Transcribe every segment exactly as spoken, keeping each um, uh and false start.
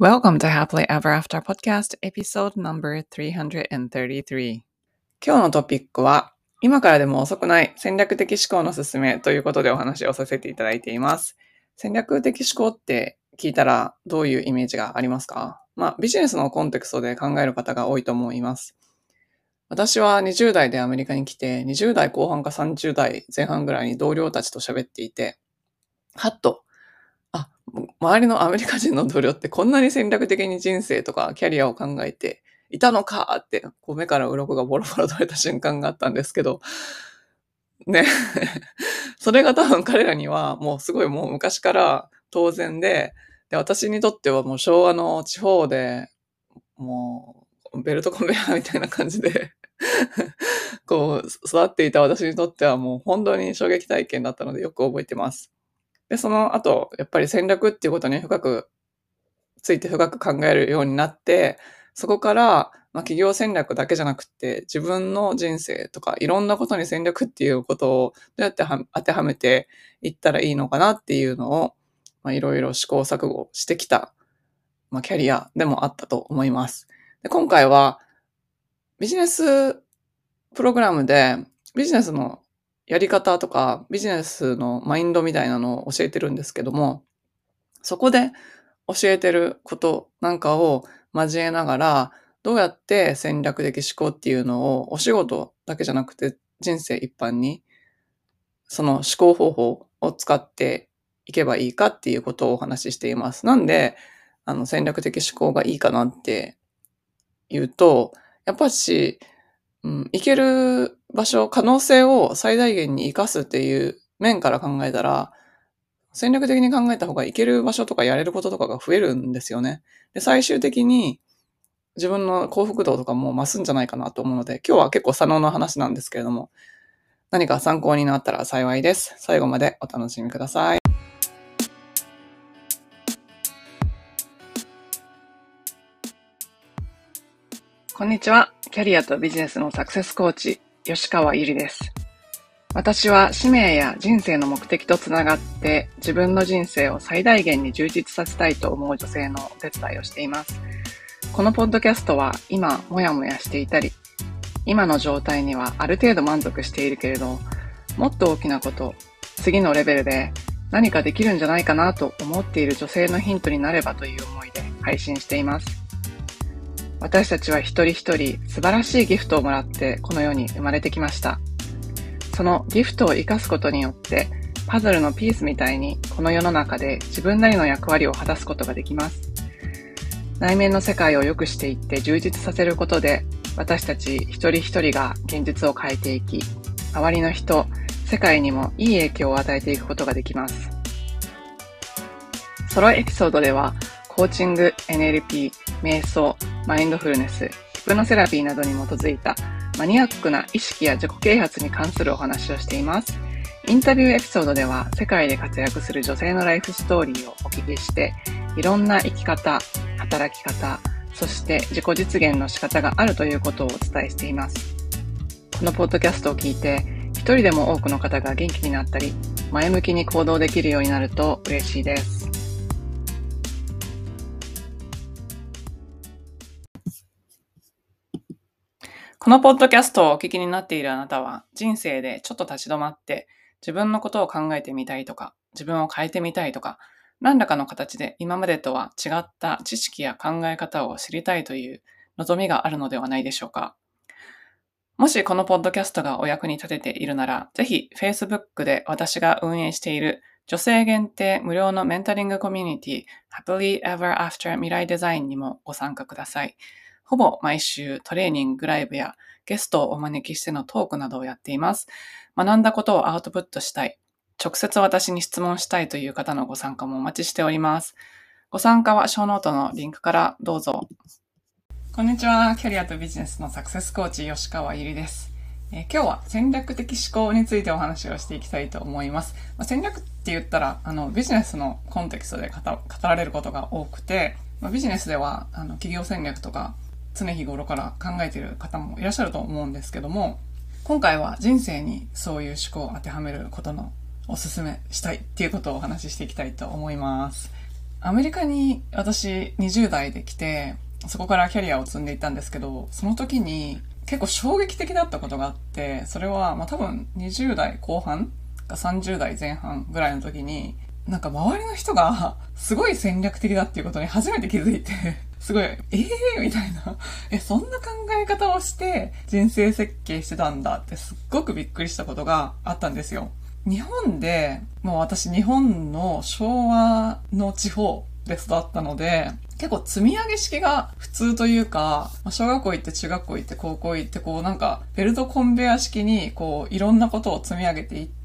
Welcome to Happily Ever After Podcast Episode ナンバーさんびゃくさんじゅうさん。今日のトピックは、今からでも遅くない戦略的思考のすすめということでお話をさせていただいています。戦略的思考って聞いたらどういうイメージがありますか？まあ、ビジネスのコンテクストで考える方が多いと思います。私はにじゅう代でアメリカに来て、にじゅう代後半かさんじゅう代前半ぐらいに同僚たちと喋っていて、はっと、あ、周りのアメリカ人の同僚ってこんなに戦略的に人生とかキャリアを考えていたのかって、こう目から鱗がボロボロ取れた瞬間があったんですけど、ね。それが多分彼らにはもうすごいもう昔から当然で、で、私にとってはもう昭和の地方で、もうベルトコンベヤーみたいな感じでこう育っていた私にとってはもう本当に衝撃体験だったのでよく覚えてます。で、その後、やっぱり戦略っていうことに深くついて深く考えるようになって、そこから、まあ、企業戦略だけじゃなくて、自分の人生とかいろんなことに戦略っていうことをどうやっては当てはめていったらいいのかなっていうのを、まあ、いろいろ試行錯誤してきた、まあ、キャリアでもあったと思います。で、今回はビジネスプログラムでビジネスのやり方とかビジネスのマインドみたいなのを教えてるんですけども、そこで教えてることなんかを交えながら、どうやって戦略的思考っていうのをお仕事だけじゃなくて人生一般にその思考方法を使っていけばいいかっていうことをお話ししています。なんで、あの戦略的思考がいいかなっていうと、やっぱし、うん、行ける場所、可能性を最大限に活かすっていう面から考えたら、戦略的に考えた方が行ける場所とかやれることとかが増えるんですよね。で、最終的に自分の幸福度とかも増すんじゃないかなと思うので、今日は結構左脳の話なんですけれども、何か参考になったら幸いです。最後までお楽しみください。こんにちは。キャリアとビジネスのサクセスコーチ、吉川ゆりです。私は使命や人生の目的とつながって自分の人生を最大限に充実させたいと思う女性のお手伝いをしています。このポッドキャストは今もやもやしていたり、今の状態にはある程度満足しているけれど、もっと大きなこと、次のレベルで何かできるんじゃないかなと思っている女性のヒントになればという思いで配信しています。私たちは一人一人素晴らしいギフトをもらってこの世に生まれてきました。そのギフトを生かすことによってパズルのピースみたいにこの世の中で自分なりの役割を果たすことができます。内面の世界を良くしていって充実させることで私たち一人一人が現実を変えていき、周りの人、世界にもいい影響を与えていくことができます。ソロエピソードではコーチング、エヌエルピー、瞑想、マインドフルネス、ヒプノセラピーなどに基づいたマニアックな意識や自己啓発に関するお話をしています。インタビューエピソードでは世界で活躍する女性のライフストーリーをお聞きして、いろんな生き方、働き方、そして自己実現の仕方があるということをお伝えしています。このポッドキャストを聞いて、一人でも多くの方が元気になったり、前向きに行動できるようになると嬉しいです。このポッドキャストをお聞きになっているあなたは、人生でちょっと立ち止まって、自分のことを考えてみたいとか、自分を変えてみたいとか、何らかの形で今までとは違った知識や考え方を知りたいという望みがあるのではないでしょうか。もしこのポッドキャストがお役に立てているなら、ぜひ Facebook で私が運営している女性限定無料のメンタリングコミュニティ Happily Ever After 未来デザインにもご参加ください。ほぼ毎週トレーニング、ライブやゲストをお招きしてのトークなどをやっています。学んだことをアウトプットしたい、直接私に質問したいという方のご参加もお待ちしております。ご参加はショーノートのリンクからどうぞ。こんにちは。キャリアとビジネスのサクセスコーチ、吉川ゆりです。えー、今日は戦略的思考についてお話をしていきたいと思います。まあ、戦略って言ったら、あの、ビジネスのコンテキストで語られることが多くて、まあ、ビジネスでは、あの、企業戦略とか、常日頃から考えている方もいらっしゃると思うんですけども、今回は人生にそういう思考を当てはめることのおすすめしたいっていうことをお話ししていきたいと思います。 アメリカに私にじゅう代で来て、そこからキャリアを積んでいったんですけど、その時に結構衝撃的だったことがあって、それはまあ多分にじゅう代後半かさんじゅう代前半ぐらいの時に、なんか周りの人がすごい戦略的だっていうことに初めて気づいて、すごい、ええー、みたいな。え、そんな考え方をして人生設計してたんだってすっごくびっくりしたことがあったんですよ。日本で、もう私日本の昭和の地方で育ったので、結構積み上げ式が普通というか、小学校行って中学校行って高校行ってこうなんかベルトコンベア式にこういろんなことを積み上げていって、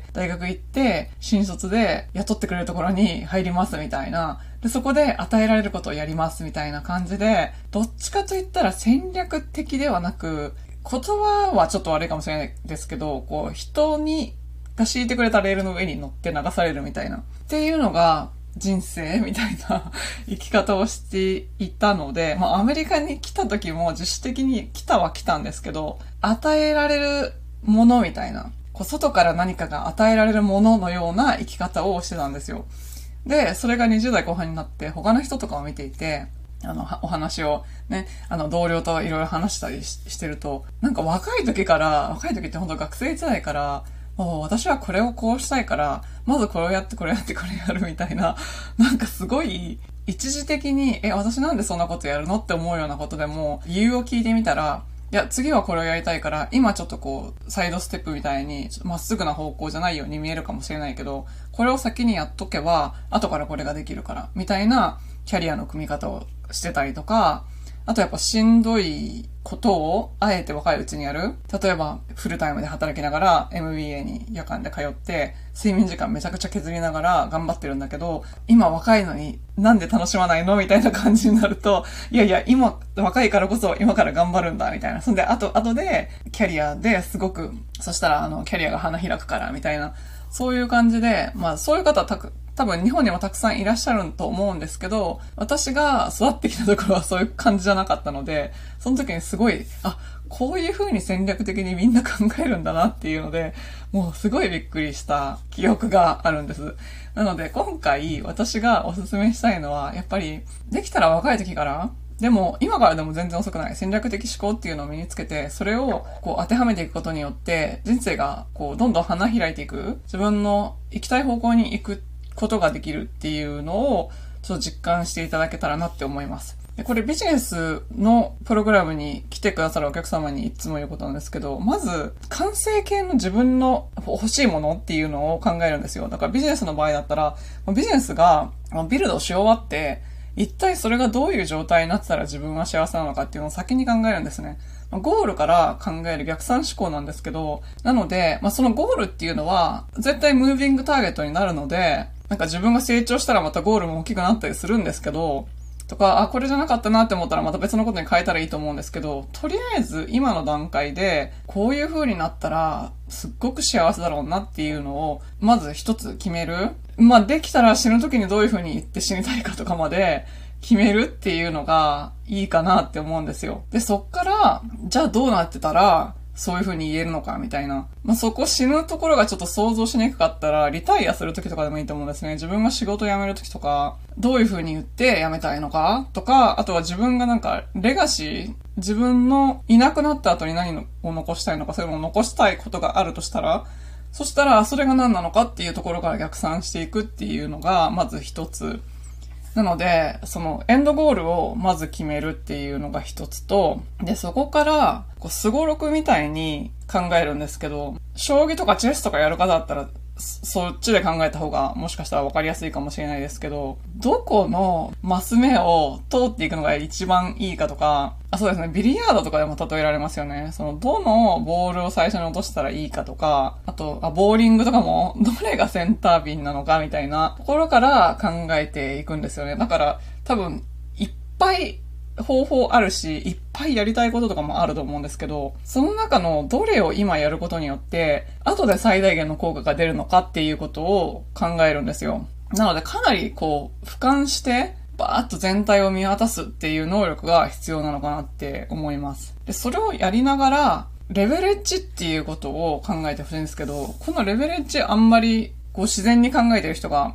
大学行って新卒で雇ってくれるところに入りますみたいな。で、そこで与えられることをやりますみたいな感じで、どっちかと言ったら戦略的ではなく、言葉はちょっと悪いかもしれないですけど、こう人にが敷いてくれたレールの上に乗って流されるみたいな。っていうのが人生みたいな生き方をしていたので、まあアメリカに来た時も自主的に来たは来たんですけど、与えられるものみたいな、こう外から何かが与えられるもののような生き方をしてたんですよ。で、それがにじゅう代後半になって他の人とかを見ていて、あの、お話をね、あの、同僚といろいろ話したり し, してると、なんか若い時から、若い時って本当学生時代から、もう私はこれをこうしたいから、まずこれをやってこれやってこれやるみたいな、なんかすごい、一時的に、え、私なんでそんなことやるのって思うようなことでも、理由を聞いてみたら、いや、次はこれをやりたいから、今ちょっとこう、サイドステップみたいに、まっすぐな方向じゃないように見えるかもしれないけど、これを先にやっとけば、後からこれができるから、みたいなキャリアの組み方をしてたりとか、あとやっぱしんどいことをあえて若いうちにやる。例えばフルタイムで働きながら エムビーエー に夜間で通って睡眠時間めちゃくちゃ削りながら頑張ってるんだけど、今若いのになんで楽しまないのみたいな感じになると、いやいや今若いからこそ今から頑張るんだみたいな。そんであと、あとでキャリアですごく、そしたらあのキャリアが花開くからみたいな、そういう感じで、まあそういう方はたく多分日本にもたくさんいらっしゃると思うんですけど、私が育ってきたところはそういう感じじゃなかったので、その時にすごい、あ、こういう風に戦略的にみんな考えるんだなっていうので、もうすごいびっくりした記憶があるんです。なので今回私がおすすめしたいのは、やっぱりできたら若い時から、でも今からでも全然遅くない戦略的思考っていうのを身につけて、それをこう当てはめていくことによって人生がこうどんどん花開いていく、自分の行きたい方向に行くことができるっていうのをちょっと実感していただけたらなって思います。で、これビジネスのプログラムに来てくださるお客様にいつも言うことなんですけど、まず完成形の自分の欲しいものっていうのを考えるんですよ。だからビジネスの場合だったら、ビジネスがビルドし終わって一体それがどういう状態になってたら自分は幸せなのかっていうのを先に考えるんですね。ゴールから考える逆算思考なんですけど、なので、まあ、そのゴールっていうのは絶対ムービングターゲットになるので、なんか自分が成長したらまたゴールも大きくなったりするんですけど、とか、あ、これじゃなかったなって思ったらまた別のことに変えたらいいと思うんですけど、とりあえず今の段階でこういう風になったらすっごく幸せだろうなっていうのをまず一つ決める。まあ、できたら死ぬ時にどういう風に言って死にたいかとかまで決めるっていうのがいいかなって思うんですよ。で、そっから、じゃあどうなってたらそういう風に言えるのかみたいな。まあ、そこ死ぬところがちょっと想像しにくかったら、リタイアする時とかでもいいと思うんですね。自分が仕事辞める時とか、どういう風に言って辞めたいのかとか、あとは自分がなんか、レガシー、自分のいなくなった後に何を残したいのか、それも残したいことがあるとしたら、そしたら、それが何なのかっていうところから逆算していくっていうのが、まず一つ。なので、そのエンドゴールをまず決めるっていうのが一つと、で、そこから、こう、スゴロクみたいに考えるんですけど、将棋とかチェスとかやる方だったら、そっちで考えた方がもしかしたら分かりやすいかもしれないですけど、どこのマス目を通っていくのが一番いいかとか、あ、そうですね、ビリヤードとかでも例えられますよね。その、どのボールを最初に落としたらいいかとか、あと、あ、ボーリングとかも、どれがセンターピンなのかみたいなところから考えていくんですよね。だから、多分、いっぱい方法あるし、いっぱいやりたいこととかもあると思うんですけど、その中のどれを今やることによって、後で最大限の効果が出るのかっていうことを考えるんですよ。なのでかなりこう、俯瞰して、バーッと全体を見渡すっていう能力が必要なのかなって思います。で、それをやりながら、レベレッジっていうことを考えてほしいんですけど、このレベレッジあんまりこう自然に考えてる人が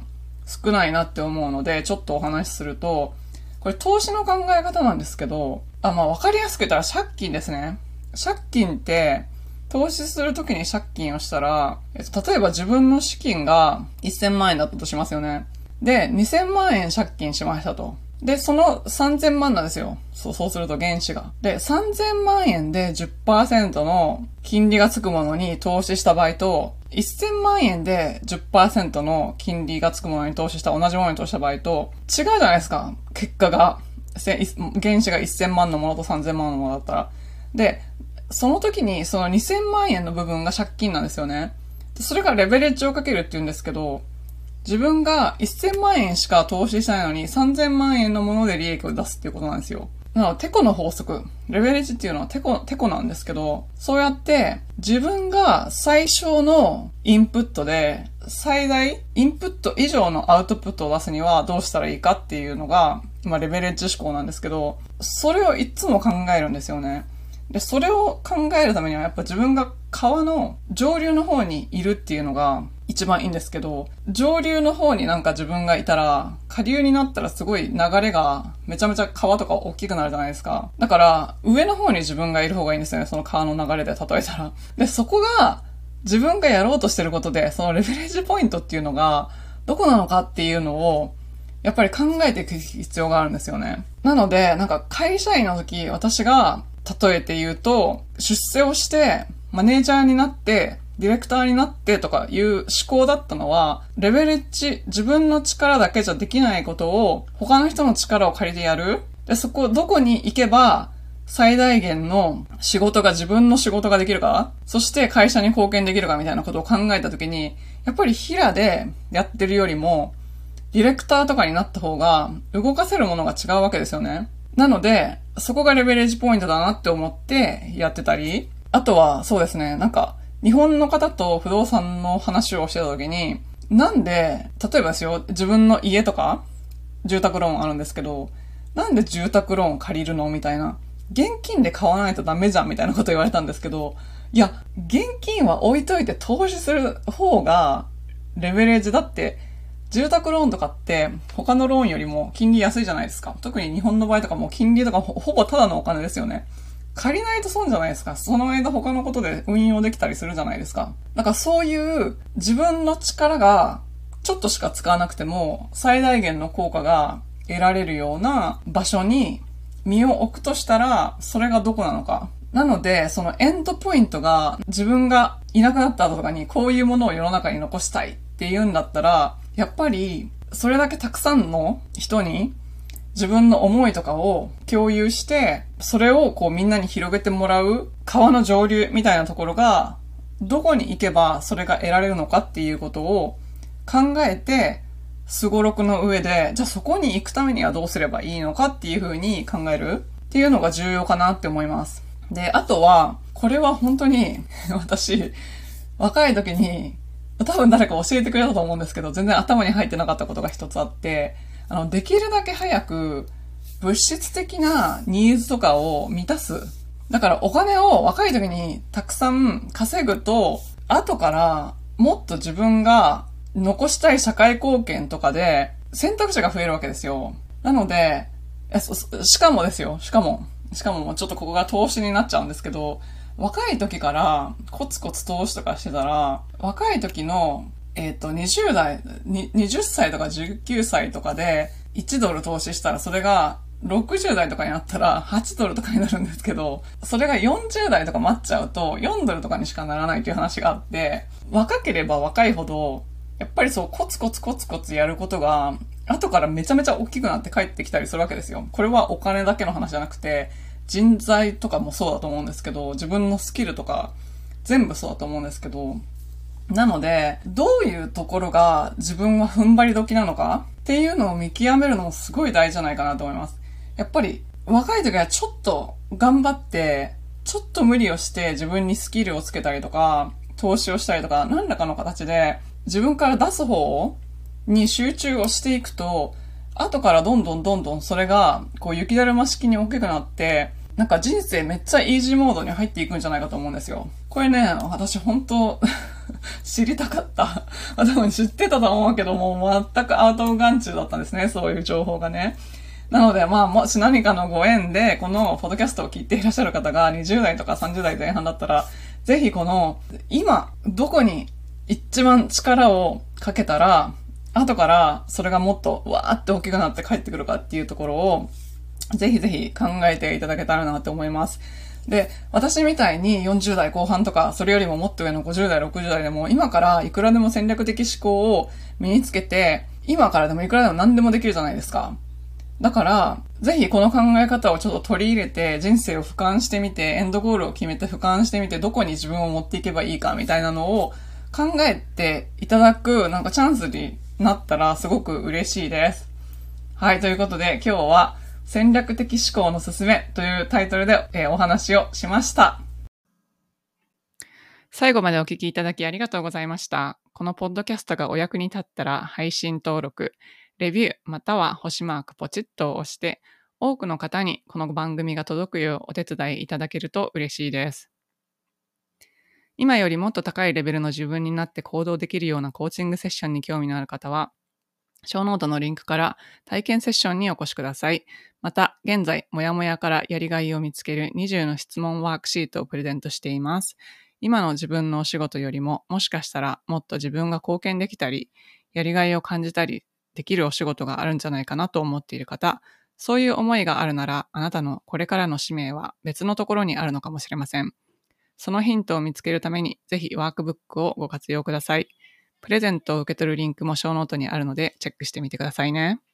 少ないなって思うので、ちょっとお話しすると、これ投資の考え方なんですけど、あ、まあわかりやすく言ったら借金ですね。借金って、投資するときに借金をしたら、えっと、例えば自分の資金がせんまんえんだったとしますよね。で、にせんまんえん借金しましたと。で、そのさんぜんまんなんですよ。そう、そうすると原資が。で、さんぜんまんえんで じゅっパーセント の金利がつくものに投資した場合と、せんまんえんで じゅっパーセント の金利がつくものに投資した、同じものに投資した場合と、違うじゃないですか。結果が。原資がせんまんのものとさんぜんまんのものだったら。で、その時にそのにせんまんえんの部分が借金なんですよね。それがレベレッジをかけるって言うんですけど、自分がせんまんえんしか投資してないのにさんぜんまんえんのもので利益を出すっていうことなんですよ。なので、テコの法則。レベレッジっていうのはテコ、テコなんですけど、そうやって自分が最小のインプットで最大インプット以上のアウトプットを出すにはどうしたらいいかっていうのが、まあレベレッジ思考なんですけど、それをいつも考えるんですよね。で、それを考えるためにはやっぱ自分が川の上流の方にいるっていうのが一番いいんですけど、上流の方になんか自分がいたら、下流になったらすごい流れがめちゃめちゃ川とか大きくなるじゃないですか。だから、上の方に自分がいる方がいいんですよね、その川の流れで例えたら。で、そこが自分がやろうとしてることで、そのレベレッジポイントっていうのがどこなのかっていうのをやっぱり考えていく必要があるんですよね。なので、なんか会社員の時、私が例えて言うと、出世をして、マネージャーになって、ディレクターになってとかいう思考だったのは、レベレッジ、自分の力だけじゃできないことを、他の人の力を借りてやる。で、そこ、どこに行けば、最大限の仕事が、自分の仕事ができるか、そして会社に貢献できるかみたいなことを考えたときに、やっぱり平でやってるよりも、ディレクターとかになった方が、動かせるものが違うわけですよね。なので、そこがレベレッジポイントだなって思ってやってたり、あとはそうですね、なんか日本の方と不動産の話をしてた時に、なんで、例えばですよ、自分の家とか住宅ローンあるんですけど、なんで住宅ローン借りるのみたいな。現金で買わないとダメじゃんみたいなこと言われたんですけど、いや、現金は置いといて投資する方がレベレッジだって、住宅ローンとかって他のローンよりも金利安いじゃないですか。特に日本の場合とかもう金利とか ほ, ほぼただのお金ですよね。借りないと損じゃないですか。その間他のことで運用できたりするじゃないですか。だからそういう自分の力がちょっとしか使わなくても最大限の効果が得られるような場所に身を置くとしたらそれがどこなのか。なので、そのエンドポイントが自分がいなくなった後とかにこういうものを世の中に残したいっていうんだったら、やっぱりそれだけたくさんの人に自分の思いとかを共有して、それをこうみんなに広げてもらう川の上流みたいなところがどこに行けばそれが得られるのかっていうことを考えて、すごろくの上で、じゃあそこに行くためにはどうすればいいのかっていう風に考えるっていうのが重要かなって思います。で、あとは、これは本当に私、若い時に多分誰か教えてくれたと思うんですけど、全然頭に入ってなかったことが一つあって、あの、できるだけ早く物質的なニーズとかを満たす。だからお金を若い時にたくさん稼ぐと、後からもっと自分が残したい社会貢献とかで選択肢が増えるわけですよ。なので、しかもですよ、しかも、しかもちょっとここが投資になっちゃうんですけど、若い時からコツコツ投資とかしてたら、若い時の、えっと、にじゅう代、にじゅっさいとかじゅうきゅうさいとかでいちドル投資したらそれがろくじゅう代とかになったらはちドルとかになるんですけど、それがよんじゅう代とか待っちゃうとよんドルとかにしかならないという話があって、若ければ若いほど、やっぱりそうコツコツコツコツやることが、後からめちゃめちゃ大きくなって帰ってきたりするわけですよ。これはお金だけの話じゃなくて、人材とかもそうだと思うんですけど、自分のスキルとか全部そうだと思うんですけど、なので、どういうところが自分は踏ん張り時なのかっていうのを見極めるのもすごい大事じゃないかなと思います。やっぱり若い時はちょっと頑張って、ちょっと無理をして自分にスキルをつけたりとか、投資をしたりとか、何らかの形で自分から出す方に集中をしていくと、後からどんどんどんどんそれがこう雪だるま式に大きくなって、なんか人生めっちゃイージーモードに入っていくんじゃないかと思うんですよ。これね、私本当知りたかった。多分知ってたと思うけども、全くアウトオブ眼中だったんですね。そういう情報がね。なので、まあ、もし何かのご縁で、このポッドキャストを聞いていらっしゃる方がにじゅう代とかさんじゅう代前半だったら、ぜひこの、今、どこに一番力をかけたら、後からそれがもっとわーって大きくなって帰ってくるかっていうところを、ぜひぜひ考えていただけたらなって思います。で、私みたいによんじゅう代後半とか、それよりももっと上のごじゅう代、ろくじゅう代でも、今からいくらでも戦略的思考を身につけて、今からでもいくらでも何でもできるじゃないですか。だから、ぜひこの考え方をちょっと取り入れて、人生を俯瞰してみて、エンドゴールを決めて俯瞰してみて、どこに自分を持っていけばいいかみたいなのを考えていただく、なんかチャンスになったらすごく嬉しいです。はい、ということで今日は戦略的思考のすすめというタイトルで、えー、お話をしました。最後までお聞きいただきありがとうございました。このポッドキャストがお役に立ったら配信登録、レビューまたは星マークポチッと押して、多くの方にこの番組が届くようお手伝いいただけると嬉しいです。今よりもっと高いレベルの自分になって行動できるようなコーチングセッションに興味のある方は、ショーノートのリンクから体験セッションにお越しください。また、現在、もやもやからやりがいを見つけるにじゅうの質問ワークシートをプレゼントしています。今の自分のお仕事よりも、もしかしたらもっと自分が貢献できたり、やりがいを感じたりできるお仕事があるんじゃないかなと思っている方、そういう思いがあるなら、あなたのこれからの使命は別のところにあるのかもしれません。そのヒントを見つけるために、ぜひワークブックをご活用ください。プレゼントを受け取るリンクもショーノートにあるのでチェックしてみてくださいね。